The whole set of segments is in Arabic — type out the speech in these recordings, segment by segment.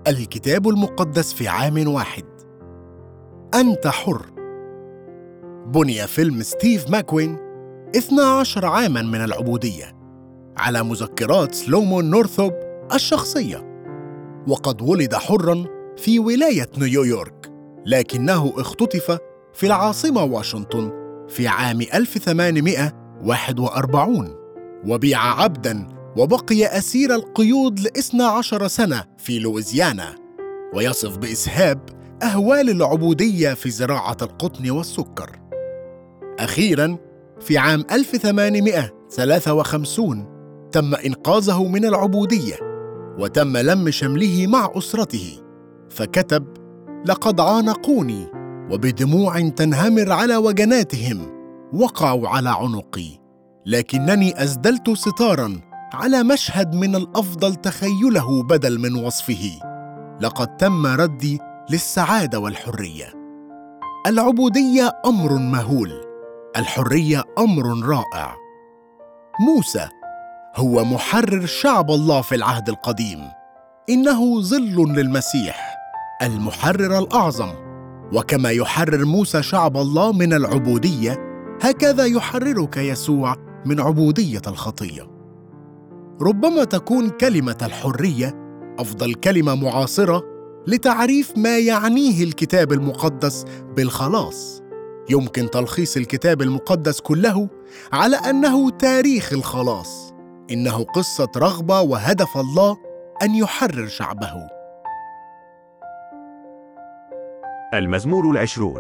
الكتاب المقدس في عام واحد. أنت حر. بني فيلم ستيف ماكوين 12 عاماً من العبودية على مذكرات سلومون نورثوب الشخصية، وقد ولد حراً في ولاية نيويورك، لكنه اختطف في العاصمة واشنطن في عام 1841 وبيع عبداً وبقي أسير القيود ل12 سنة في لويزيانا، ويصف بإسهاب أهوال العبودية في زراعة القطن والسكر. أخيراً في عام 1853 تم إنقاذه من العبودية وتم لم شمله مع أسرته، فكتب: لقد عانقوني وبدموع تنهمر على وجناتهم وقعوا على عنقي، لكنني أسدلت ستاراً على مشهد من الأفضل تخيله بدل من وصفه. لقد تم ردي للسعادة والحرية. العبودية أمر مهول، الحرية أمر رائع. موسى هو محرر شعب الله في العهد القديم، إنه ظل للمسيح المحرر الأعظم، وكما يحرر موسى شعب الله من العبودية، هكذا يحررك يسوع من عبودية الخطية. ربما تكون كلمة الحرية أفضل كلمة معاصرة لتعريف ما يعنيه الكتاب المقدس بالخلاص. يمكن تلخيص الكتاب المقدس كله على أنه تاريخ الخلاص، إنه قصة رغبة وهدف الله أن يحرر شعبه. المزمور 20.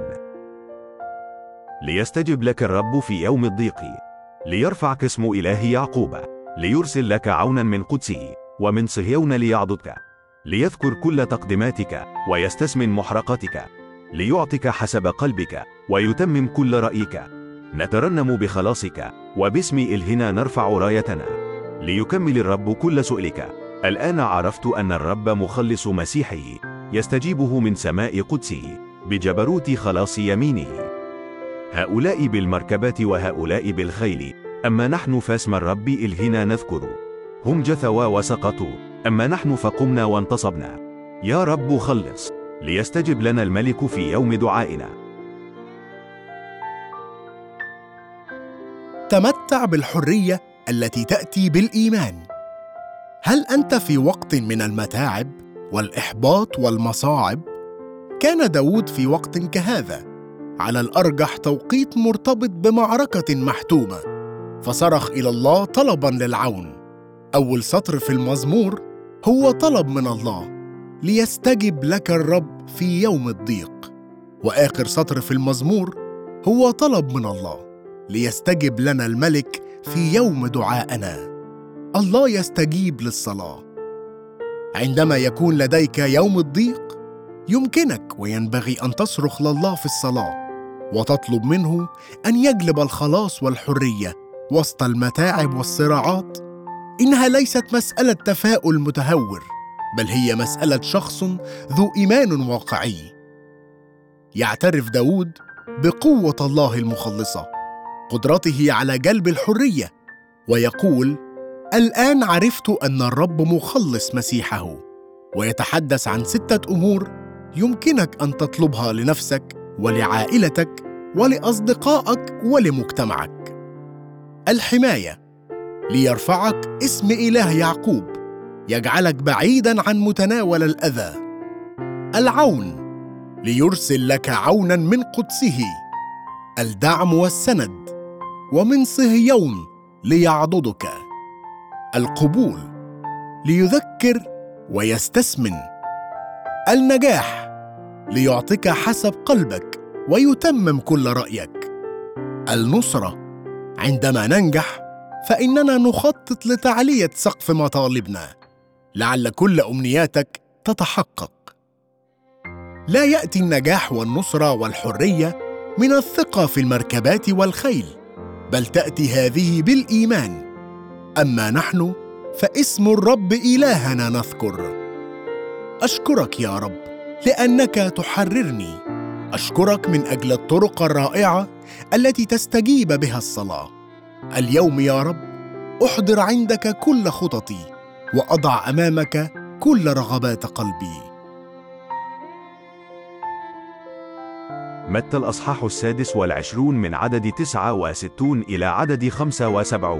ليستجب لك الرب في يوم الضيق، ليرفعك اسم إله يعقوب، ليرسل لك عونا من قدسه ومن صهيون ليعضدك، ليذكر كل تقدماتك ويستثمن محرقتك، ليعطك حسب قلبك ويتمم كل رأيك. نترنم بخلاصك وباسم إلهنا نرفع رايتنا، ليكمل الرب كل سؤلك. الآن عرفت أن الرب مخلص مسيحه يستجيبه من سماء قدسه بجبروت خلاص يمينه. هؤلاء بالمركبات وهؤلاء بالخيل، أما نحن فاسم الرب إلهنا نذكر. هم جثوا وسقطوا، أما نحن فقمنا وانتصبنا. يا رب خلص، ليستجب لنا الملك في يوم دعائنا. تمتع بالحرية التي تأتي بالإيمان. هل أنت في وقت من المتاعب والإحباط والمصاعب؟ كان داود في وقت كهذا، على الأرجح توقيت مرتبط بمعركة محتومة، فصرخ إلى الله طلباً للعون. أول سطر في المزمور هو طلب من الله: ليستجب لك الرب في يوم الضيق. وآخر سطر في المزمور هو طلب من الله: ليستجب لنا الملك في يوم دعائنا. الله يستجيب للصلاة. عندما يكون لديك يوم الضيق، يمكنك وينبغي أن تصرخ لله في الصلاة وتطلب منه أن يجلب الخلاص والحرية وسط المتاعب والصراعات. إنها ليست مسألة تفاؤل متهور، بل هي مسألة شخص ذو إيمان واقعي. يعترف داود بقوة الله المخلصة، قدرته على جلب الحرية، ويقول: الآن عرفت أن الرب مخلص مسيحه. ويتحدث عن 6 أمور يمكنك أن تطلبها لنفسك ولعائلتك ولأصدقائك ولمجتمعك. الحماية، ليرفعك اسم إله يعقوب، يجعلك بعيداً عن متناول الأذى. العون، ليرسل لك عوناً من قدسه. الدعم والسند، ومن صهيون ليعضدك. القبول، ليذكر ويستثمن. النجاح، ليعطيك حسب قلبك ويتمم كل رأيك. النصرة، عندما ننجح فإننا نخطط لتعلية سقف مطالبنا لعل كل أمنياتك تتحقق. لا يأتي النجاح والنصرة والحرية من الثقة في المركبات والخيل، بل تأتي هذه بالإيمان. أما نحن فاسم الرب إلهنا نذكر. أشكرك يا رب لأنك تحررني. أشكرك من أجل الطرق الرائعة التي تستجيب بها الصلاة. اليوم يا رب أحضر عندك كل خططي وأضع أمامك كل رغبات قلبي. متى الأصحاح 26 من عدد 69 إلى عدد 75.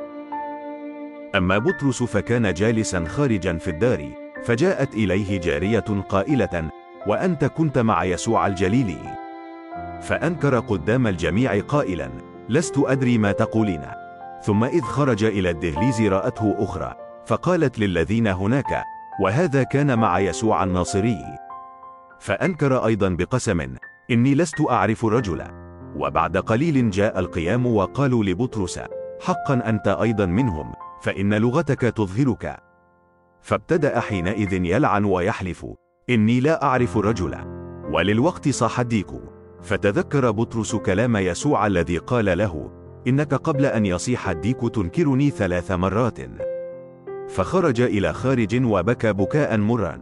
أما بطرس فكان جالسا خارجا في الدار، فجاءت إليه جارية قائلة: وأنت كنت مع يسوع الجليلي. فأنكر قدام الجميع قائلا: لست أدري ما تقولين. ثم إذ خرج إلى الدهليز رأته أخرى، فقالت للذين هناك: وهذا كان مع يسوع الناصري. فأنكر أيضا بقسم: إني لست أعرف الرجل. وبعد قليل جاء القيام وقالوا لبطرس: حقا أنت أيضا منهم، فإن لغتك تظهرك. فابتدأ حينئذ يلعن ويحلف: إني لا أعرف الرجل. وللوقت صاح الديك. فتذكر بطرس كلام يسوع الذي قال له: إنك قبل أن يصيح الديك تنكرني 3 مرات. فخرج إلى خارج وبكى بكاء مرا.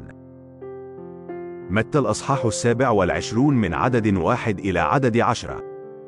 متى الأصحاح 27 من عدد 1 إلى عدد 10.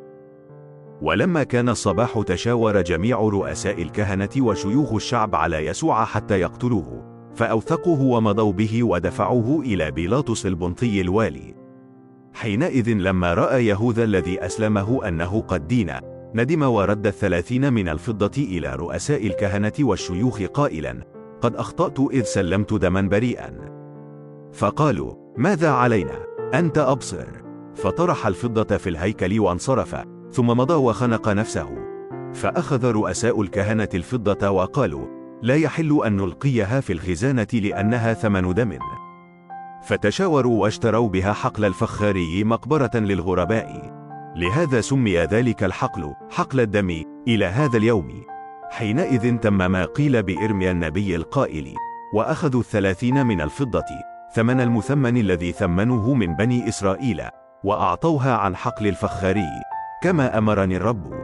ولما كان الصباح تشاور جميع رؤساء الكهنة وشيوخ الشعب على يسوع حتى يقتلوه، فأوثقوه ومضوا به ودفعوه إلى بيلاطس البنطي الوالي. حينئذ لما رأى يهوذا الذي أسلمه أنه قد دين، ندم ورد 30 من الفضة إلى رؤساء الكهنة والشيوخ قائلا: قد أخطأت إذ سلمت دما بريئا. فقالوا: ماذا علينا؟ أنت أبصر. فطرح الفضة في الهيكل وانصرف، ثم مضى وخنق نفسه. فأخذ رؤساء الكهنة الفضة وقالوا: لا يحل أن نلقيها في الخزانة لأنها ثمن دم. فتشاوروا واشتروا بها حقل الفخاري مقبرة للغرباء. لهذا سمي ذلك الحقل حقل الدم إلى هذا اليوم. حينئذ تم ما قيل بإرميا النبي القائل: وأخذوا 30 من الفضة، ثمن المثمن الذي ثمنوه من بني إسرائيل، وأعطوها عن حقل الفخاري، كما أمرني الرب.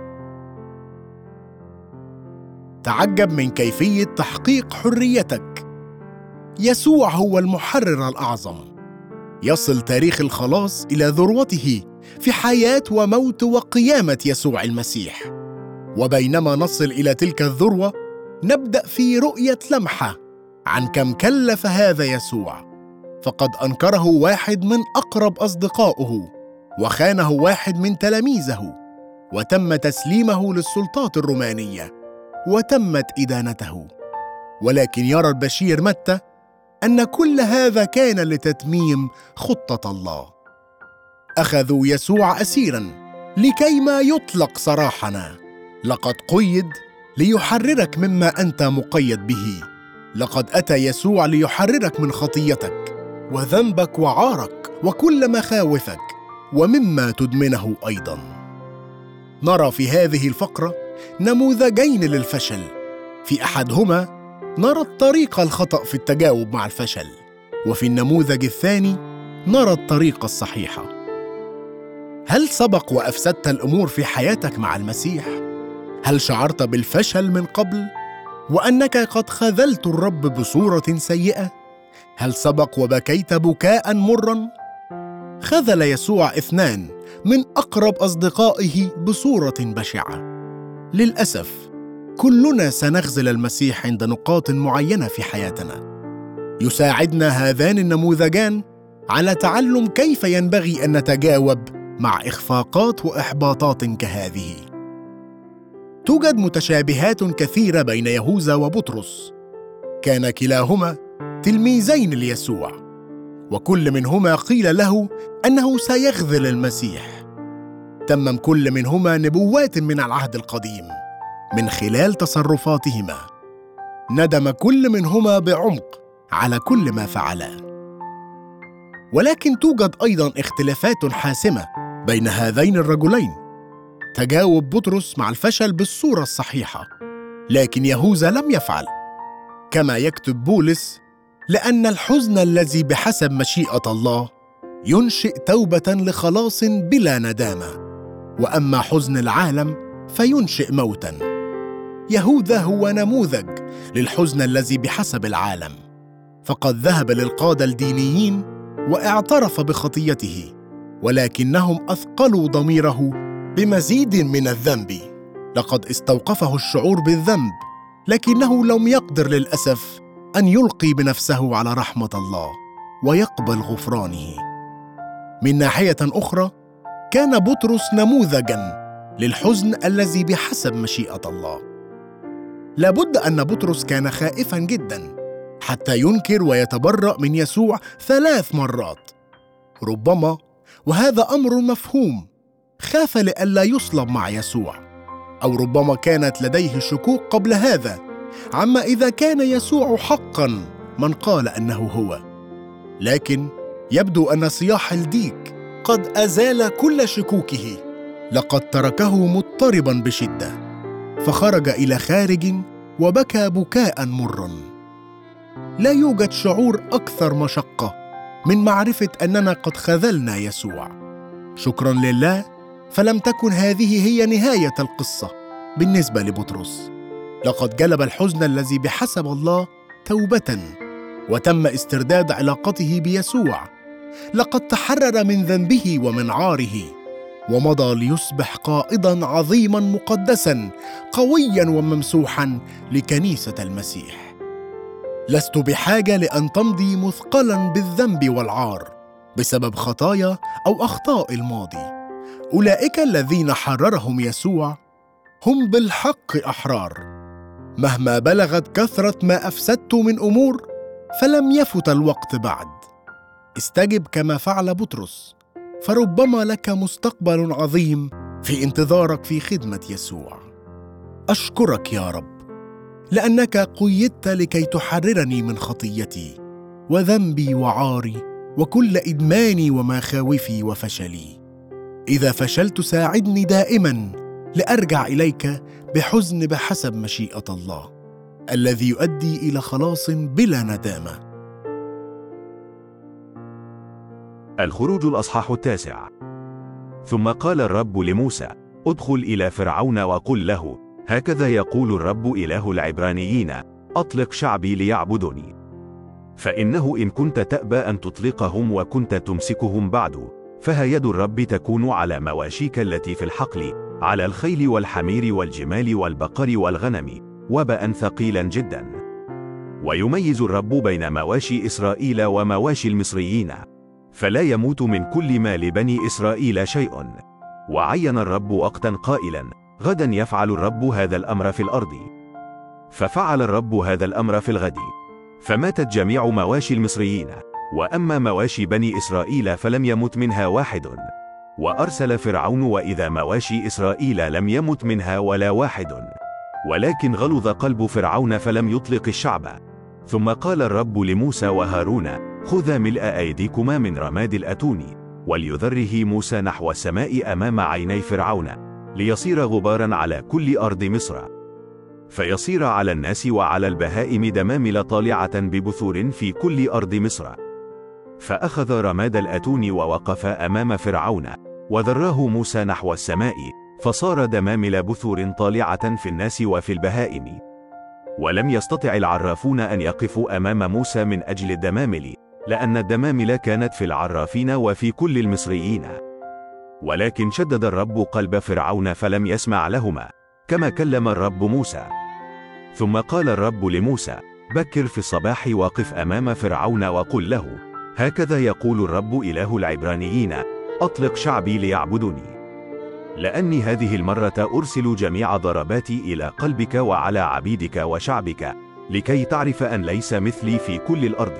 تعجب من كيفية تحقيق حريتك. يسوع هو المحرر الأعظم. يصل تاريخ الخلاص إلى ذروته في حياة وموت وقيامة يسوع المسيح. وبينما نصل إلى تلك الذروة، نبدأ في رؤية لمحة عن كم كلف هذا يسوع. فقد أنكره واحد من أقرب أصدقائه، وخانه واحد من تلاميذه، وتم تسليمه للسلطات الرومانية، وتمت إدانته. ولكن يرى البشير متى أن كل هذا كان لتتميم خطة الله. أخذوا يسوع أسيراً لكيما يطلق سراحنا. لقد قيد ليحررك مما أنت مقيد به. لقد أتى يسوع ليحررك من خطيتك وذنبك وعارك وكل مخاوفك ومما تدمنه أيضاً. نرى في هذه الفقرة نموذجين للفشل. في أحدهما نرى الطريقة الخطأ في التجاوب مع الفشل، وفي النموذج الثاني نرى الطريقة الصحيحة. هل سبق وأفسدت الأمور في حياتك مع المسيح؟ هل شعرت بالفشل من قبل وأنك قد خذلت الرب بصورة سيئة؟ هل سبق وبكيت بكاء مرا؟ خذل يسوع 2 من أقرب أصدقائه بصورة بشعة. للأسف كلنا سنخذل المسيح عند نقاط معينة في حياتنا. يساعدنا هذان النموذجان على تعلم كيف ينبغي أن نتجاوب مع إخفاقات وإحباطات كهذه. توجد متشابهات كثيرة بين يهوذا وبطرس. كان كلاهما تلميذين ليسوع، وكل منهما قيل له أنه سيخذل المسيح. تمم كل منهما نبوات من العهد القديم من خلال تصرفاتهما. ندم كل منهما بعمق على كل ما فعلا. ولكن توجد أيضاً اختلافات حاسمة بين هذين الرجلين. تجاوب بطرس مع الفشل بالصورة الصحيحة، لكن يهوذا لم يفعل. كما يكتب بولس: لأن الحزن الذي بحسب مشيئة الله ينشئ توبة لخلاص بلا ندامة، وأما حزن العالم فينشئ موتاً. يهوذا هو نموذج للحزن الذي بحسب العالم، فقد ذهب للقادة الدينيين واعترف بخطيته، ولكنهم أثقلوا ضميره بمزيد من الذنب. لقد استوقفه الشعور بالذنب، لكنه لم يقدر للأسف أن يلقي بنفسه على رحمة الله ويقبل غفرانه. من ناحية أخرى، كان بطرس نموذجاً للحزن الذي بحسب مشيئة الله. لابد أن بطرس كان خائفاً جداً حتى ينكر ويتبرأ من يسوع 3 مرات. ربما، وهذا أمر مفهوم، خاف لئلا يصلب مع يسوع، أو ربما كانت لديه شكوك قبل هذا عما إذا كان يسوع حقاً من قال أنه هو. لكن يبدو أن صياح الديك قد أزال كل شكوكه. لقد تركه مضطرباً بشدة، فخرج إلى خارج وبكى بكاء مرا. لا يوجد شعور أكثر مشقة من معرفة أننا قد خذلنا يسوع. شكراً لله، فلم تكن هذه هي نهاية القصة بالنسبة لبطرس. لقد جلب الحزن الذي بحسب الله توبة، وتم استرداد علاقته بيسوع. لقد تحرر من ذنبه ومن عاره، ومضى ليصبح قائداً عظيماً مقدساً قوياً وممسوحاً لكنيسة المسيح. لست بحاجة لأن تمضي مثقلاً بالذنب والعار بسبب خطايا أو أخطاء الماضي. أولئك الذين حررهم يسوع هم بالحق أحرار. مهما بلغت كثرة ما أفسدت من أمور، فلم يفت الوقت بعد. استجب كما فعل بطرس، فربما لك مستقبل عظيم في انتظارك في خدمة يسوع. أشكرك يا رب لأنك قيدت لكي تحررني من خطيتي وذنبي وعاري وكل إدماني ومخاوفي وفشلي. إذا فشلت ساعدني دائما لأرجع إليك بحزن بحسب مشيئة الله الذي يؤدي إلى خلاص بلا ندامة. الخروج الأصحاح 9. ثم قال الرب لموسى: ادخل إلى فرعون وقل له: هكذا يقول الرب إله العبرانيين، أطلق شعبي ليعبدوني. فإنه إن كنت تأبى أن تطلقهم وكنت تمسكهم بعد، فها يد الرب تكون على مواشيك التي في الحقل، على الخيل والحمير والجمال والبقر والغنم، وباء ثقيلا جدا. ويميز الرب بين مواشي إسرائيل ومواشي المصريين، فلا يموت من كل ما لبني إسرائيل شيء. وعين الرب وقتا قائلا: غدا يفعل الرب هذا الأمر في الأرض. ففعل الرب هذا الأمر في الغد، فماتت جميع مواشي المصريين، وأما مواشي بني إسرائيل فلم يمت منها واحد. وأرسل فرعون وإذا مواشي إسرائيل لم يمت منها ولا واحد، ولكن غلظ قلب فرعون فلم يطلق الشعب. ثم قال الرب لموسى وهارون: خذا ملء أيديكما من رماد الأتون، وليذره موسى نحو السماء أمام عيني فرعون، ليصير غبارا على كل أرض مصر، فيصير على الناس وعلى البهائم دمامل طالعة ببثور في كل أرض مصر. فأخذ رماد الأتون ووقف أمام فرعون، وذراه موسى نحو السماء، فصار دمامل بثور طالعة في الناس وفي البهائم. ولم يستطع العرافون أن يقفوا أمام موسى من أجل الدمامل، لأن الدمامل كانت في العرافين وفي كل المصريين. ولكن شدد الرب قلب فرعون فلم يسمع لهما، كما كلم الرب موسى. ثم قال الرب لموسى: بكر في الصباح وقف أمام فرعون وقل له: هكذا يقول الرب إله العبرانيين، أطلق شعبي ليعبدوني. لأني هذه المرة أرسل جميع ضرباتي إلى قلبك وعلى عبيدك وشعبك، لكي تعرف أن ليس مثلي في كل الأرض.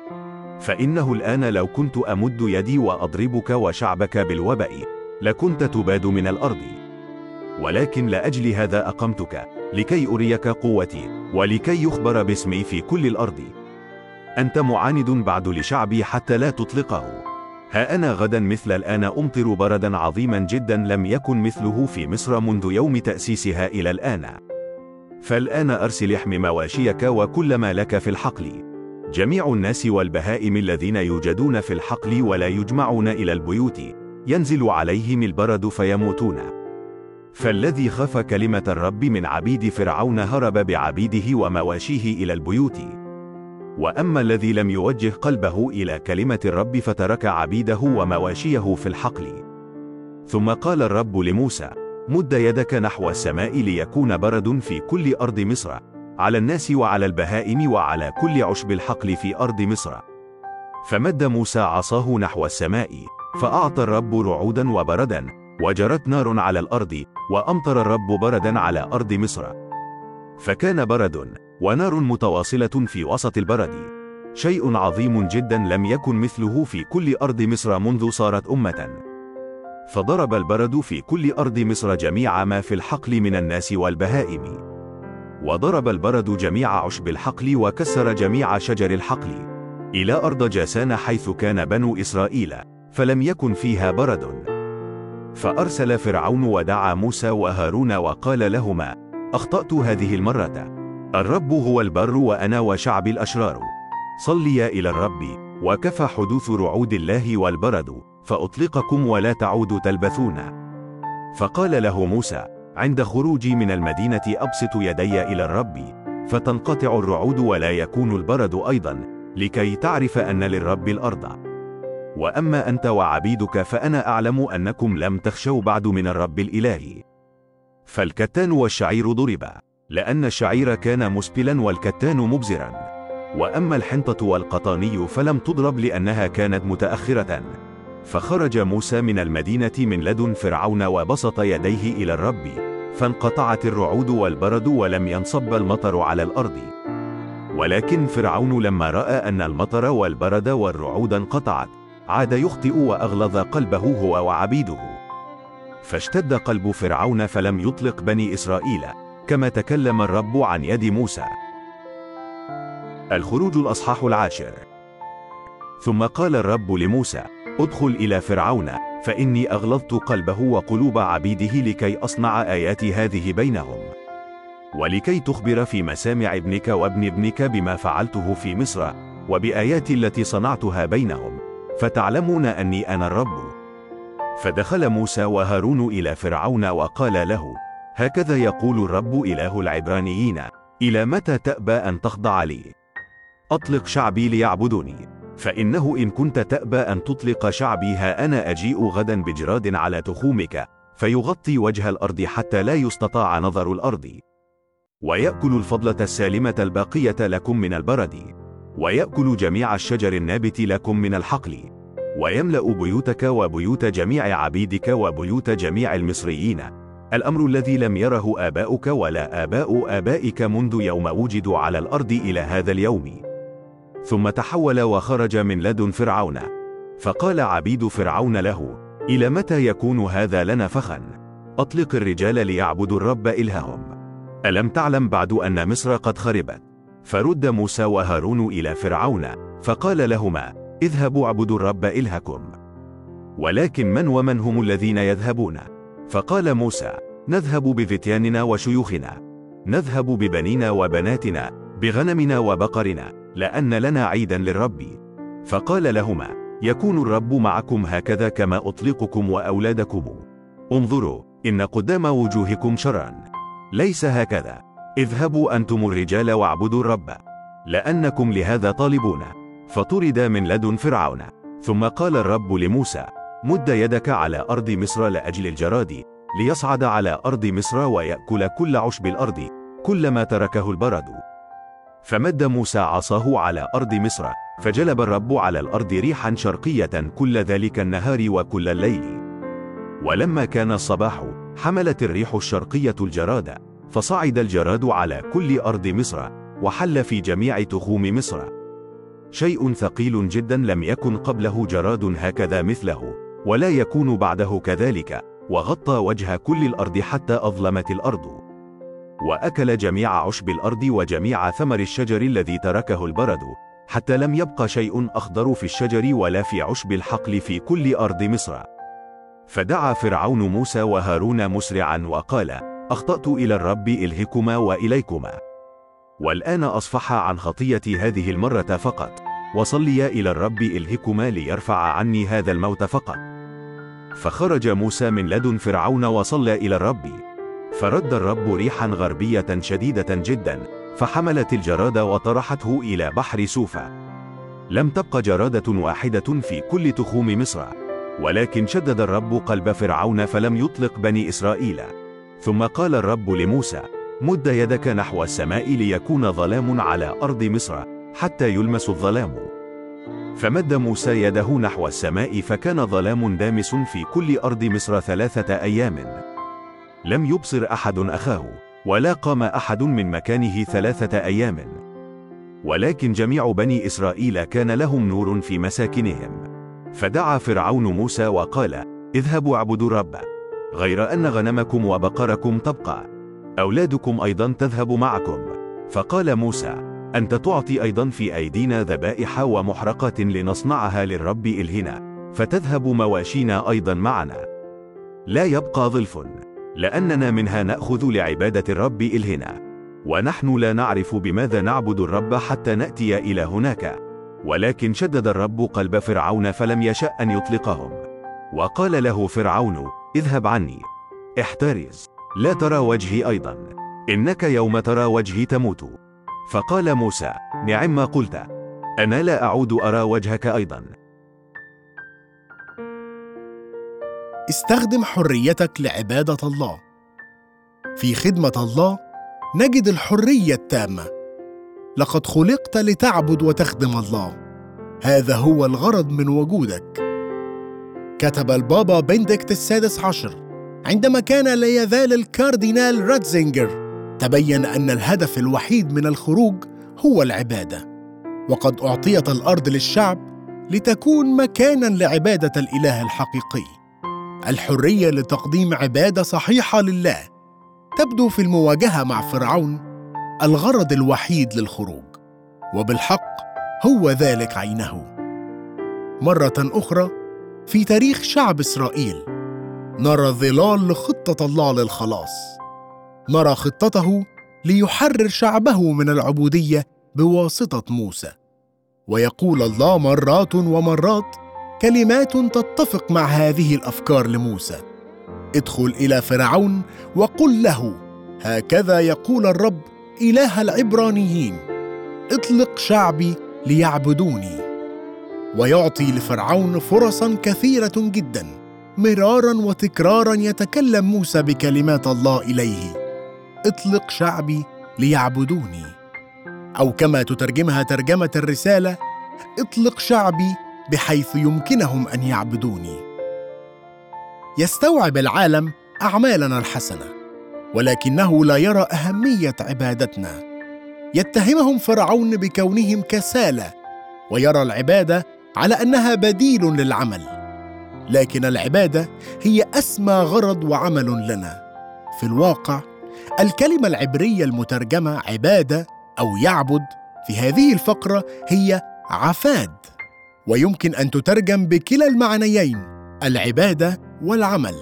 فإنه الآن لو كنت أمد يدي وأضربك وشعبك بالوباء، لكنت تباد من الأرض. ولكن لأجل هذا أقمتك، لكي أريك قوتي، ولكي يخبر باسمي في كل الأرض. أنت معاند بعد لشعبي حتى لا تطلقه. ها أنا غدا مثل الآن أمطر بردا عظيما جدا لم يكن مثله في مصر منذ يوم تأسيسها إلى الآن. فالآن أرسل احم مواشيك وكل ما لك في الحقل. جميع الناس والبهائم الذين يوجدون في الحقل ولا يجمعون إلى البيوت، ينزل عليهم البرد فيموتون. فالذي خاف كلمة الرب من عبيد فرعون هرب بعبيده ومواشيه إلى البيوت. وأما الذي لم يوجه قلبه إلى كلمة الرب فترك عبيده ومواشيه في الحقل. ثم قال الرب لموسى: مد يدك نحو السماء ليكون برد في كل أرض مصر، على الناس وعلى البهائم وعلى كل عشب الحقل في أرض مصر. فمد موسى عصاه نحو السماء، فأعطى الرب رعودا وبردا، وجرت نار على الأرض، وأمطر الرب بردا على أرض مصر. فكان برد ونار متواصلة في وسط البرد، شيء عظيم جدا لم يكن مثله في كل أرض مصر منذ صارت أمة. فضرب البرد في كل أرض مصر جميع ما في الحقل من الناس والبهائم، وضرب البرد جميع عشب الحقل وكسر جميع شجر الحقل إلى أرض جاسان حيث كان بنو إسرائيل، فلم يكن فيها برد. فأرسل فرعون ودعا موسى وهارون وقال لهما: أخطأت هذه المرة، الرب هو البر وأنا وشعبي الأشرار، صليا إلى الرب، وكفى حدوث رعود الله والبرد، فأطلقكم ولا تعودوا تلبثون. فقال له موسى: عند خروجي من المدينة أبسط يدي إلى الرب، فتنقطع الرعود ولا يكون البرد أيضا، لكي تعرف أن للرب الأرض. وأما أنت وعبيدك فأنا أعلم أنكم لم تخشوا بعد من الرب الإله. فالكتان والشعير ضربا، لأن الشعير كان مسبلا والكتان مبزرا، وأما الحنطة والقطاني فلم تضرب لأنها كانت متأخرة. فخرج موسى من المدينة من لدن فرعون وبسط يديه إلى الرب، فانقطعت الرعود والبرد ولم ينصب المطر على الأرض. ولكن فرعون لما رأى أن المطر والبرد والرعود انقطعت، عاد يخطئ وأغلظ قلبه هو وعبيده. فاشتد قلب فرعون فلم يطلق بني إسرائيل، كما تكلم الرب عن يد موسى. الخروج الأصحاح 10. ثم قال الرب لموسى: ادخل إلى فرعون، فإني أغلظت قلبه وقلوب عبيده لكي أصنع آيات هذه بينهم، ولكي تخبر في مسامع ابنك وابن ابنك بما فعلته في مصر، وبآياتي التي صنعتها بينهم، فتعلمون أني أنا الرب. فدخل موسى وهارون إلى فرعون وقال له: هكذا يقول الرب إله العبرانيين: إلى متى تأبى أن تخضع لي؟ أطلق شعبي ليعبدوني. فإنه إن كنت تأبى أن تطلق شعبي، ها أنا أجيء غدا بجراد على تخومك، فيغطي وجه الأرض حتى لا يستطاع نظر الأرض، ويأكل الفضلة السالمة الباقية لكم من البرد، ويأكل جميع الشجر النابت لكم من الحقل، ويملأ بيوتك وبيوت جميع عبيدك وبيوت جميع المصريين، الأمر الذي لم يره آباؤك ولا آباء آبائك منذ يوم وجدوا على الأرض إلى هذا اليوم. ثم تحول وخرج من لدن فرعون. فقال عبيد فرعون له: إلى متى يكون هذا لنا فخا؟ أطلق الرجال ليعبدوا الرب إلههم. ألم تعلم بعد أن مصر قد خربت؟ فرد موسى وهارون إلى فرعون، فقال لهما: اذهبوا اعبدوا الرب إلهكم. ولكن من ومن هم الذين يذهبون؟ فقال موسى: نذهب بفتياننا وشيوخنا، نذهب ببنينا وبناتنا، بغنمنا وبقرنا، لأن لنا عيدا للرب. فقال لهما: يكون الرب معكم هكذا كما أطلقكم وأولادكم. انظروا، إن قدام وجوهكم شرا، ليس هكذا. اذهبوا أنتم الرجال واعبدوا الرب، لأنكم لهذا طالبون. فطرد من لدن فرعون. ثم قال الرب لموسى: مد يدك على أرض مصر لأجل الجراد، ليصعد على أرض مصر ويأكل كل عشب الأرض كلما تركه البرد. فمد موسى عصاه على أرض مصر، فجلب الرب على الأرض ريحا شرقية كل ذلك النهار وكل الليل. ولما كان الصباح حملت الريح الشرقية الجراد، فصعد الجراد على كل أرض مصر، وحل في جميع تخوم مصر. شيء ثقيل جدا لم يكن قبله جراد هكذا مثله، ولا يكون بعده كذلك، وغطى وجه كل الأرض حتى أظلمت الأرض. وأكل جميع عشب الأرض وجميع ثمر الشجر الذي تركه البرد، حتى لم يبق شيء أخضر في الشجر ولا في عشب الحقل في كل أرض مصر. فدعا فرعون موسى وهارون مسرعا وقال: أخطأت إلى الرب إلهكما وإليكما، والآن أصفح عن خطيتي هذه المرة فقط، وصليا إلى الرب إلهكما ليرفع عني هذا الموت فقط. فخرج موسى من لدن فرعون وصلى إلى الرب، فرد الرب ريحا غربية شديدة جدا، فحملت الجراد وطرحته إلى بحر سوفا. لم تبق جرادة واحدة في كل تخوم مصر، ولكن شدد الرب قلب فرعون فلم يطلق بني إسرائيل. ثم قال الرب لموسى: مد يدك نحو السماء ليكون ظلام على أرض مصر حتى يلمس الظلام. فمد موسى يده نحو السماء فكان ظلام دامس في كل أرض مصر 3 أيام. لم يبصر أحد أخاه، ولا قام أحد من مكانه 3 أيام. ولكن جميع بني إسرائيل كان لهم نور في مساكنهم. فدعا فرعون موسى وقال: اذهبوا اعبدوا الرب، غير أن غنمكم وبقركم تبقى، أولادكم أيضا تذهب معكم. فقال موسى: أنت تعطي أيضا في أيدينا ذبائح ومحرقات لنصنعها للرب إلهنا، فتذهب مواشينا أيضا معنا. لا يبقى ظلف، لأننا منها نأخذ لعبادة الرب إلهنا، ونحن لا نعرف بماذا نعبد الرب حتى نأتي إلى هناك. ولكن شدد الرب قلب فرعون فلم يشأ أن يطلقهم. وقال له فرعون: اذهب عني، احترز، لا ترى وجهي أيضا، إنك يوم ترى وجهي تموت. فقال موسى: نعم ما قلت، أنا لا أعود أرى وجهك أيضا. استخدم حريتك لعبادة الله. في خدمة الله نجد الحرية التامة. لقد خلقت لتعبد وتخدم الله، هذا هو الغرض من وجودك. كتب البابا بنديكت ال16 عندما كان لا يزال الكاردينال راتزينجر: تبين أن الهدف الوحيد من الخروج هو العبادة، وقد أعطيت الأرض للشعب لتكون مكاناً لعبادة الإله الحقيقي. الحرية لتقديم عبادة صحيحة لله تبدو في المواجهة مع فرعون الغرض الوحيد للخروج، وبالحق هو ذلك عينه. مرة أخرى في تاريخ شعب إسرائيل نرى ظلال لخطة الله للخلاص. نرى خطته ليحرر شعبه من العبودية بواسطة موسى. ويقول الله مرات ومرات كلمات تتفق مع هذه الأفكار لموسى: ادخل إلى فرعون وقل له: هكذا يقول الرب إله العبرانيين، اطلق شعبي ليعبدوني. ويعطي لفرعون فرصاً كثيرة جداً، مراراً وتكراراً يتكلم موسى بكلمات الله إليه: اطلق شعبي ليعبدوني، أو كما تترجمها ترجمة الرسالة: اطلق شعبي بحيث يمكنهم أن يعبدوني. يستوعب العالم أعمالنا الحسنة، ولكنه لا يرى أهمية عبادتنا. يتهمهم فرعون بكونهم كسالى، ويرى العبادة على أنها بديل للعمل. لكن العبادة هي أسمى غرض وعمل لنا. في الواقع الكلمة العبرية المترجمة عبادة أو يعبد في هذه الفقرة هي عفاد، ويمكن أن تترجم بكلا المعنيين، العبادة والعمل.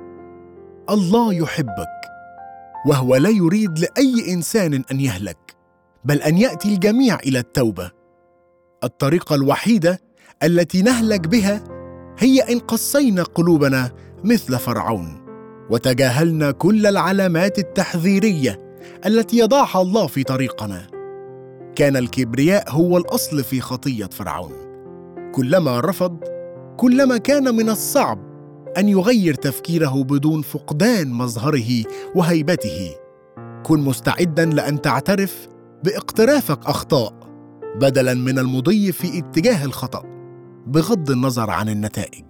الله يحبك، وهو لا يريد لأي إنسان أن يهلك، بل أن يأتي الجميع إلى التوبة. الطريقة الوحيدة التي نهلك بها هي إن قسينا قلوبنا مثل فرعون، وتجاهلنا كل العلامات التحذيرية التي يضعها الله في طريقنا. كان الكبرياء هو الأصل في خطية فرعون. كلما رفض، كلما كان من الصعب أن يغير تفكيره بدون فقدان مظهره وهيبته. كن مستعداً لأن تعترف باقترافك أخطاء بدلاً من المضي في اتجاه الخطأ بغض النظر عن النتائج.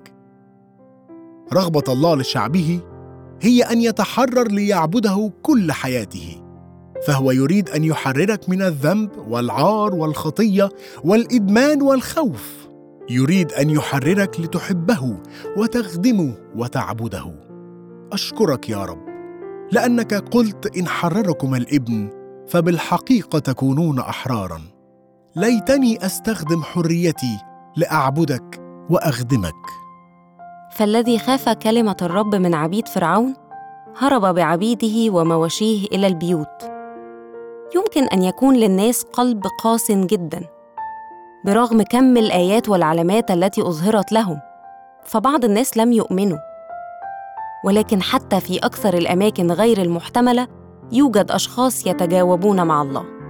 رغبة الله لشعبه هي أن يتحرر ليعبده كل حياته، فهو يريد أن يحررك من الذنب والعار والخطية والإدمان والخوف. يريد أن يحررك لتحبه وتخدمه وتعبده. أشكرك يا رب، لأنك قلت: إن حرركم الابن فبالحقيقة تكونون أحراراً. ليتني أستخدم حريتي لأعبدك وأخدمك. فالذي خاف كلمة الرب من عبيد فرعون هرب بعبيده ومواشيه إلى البيوت. يمكن أن يكون للناس قلب قاس جداً برغم كم الآيات والعلامات التي أظهرت لهم، فبعض الناس لم يؤمنوا. ولكن حتى في أكثر الأماكن غير المحتملة يوجد أشخاص يتجاوبون مع الله.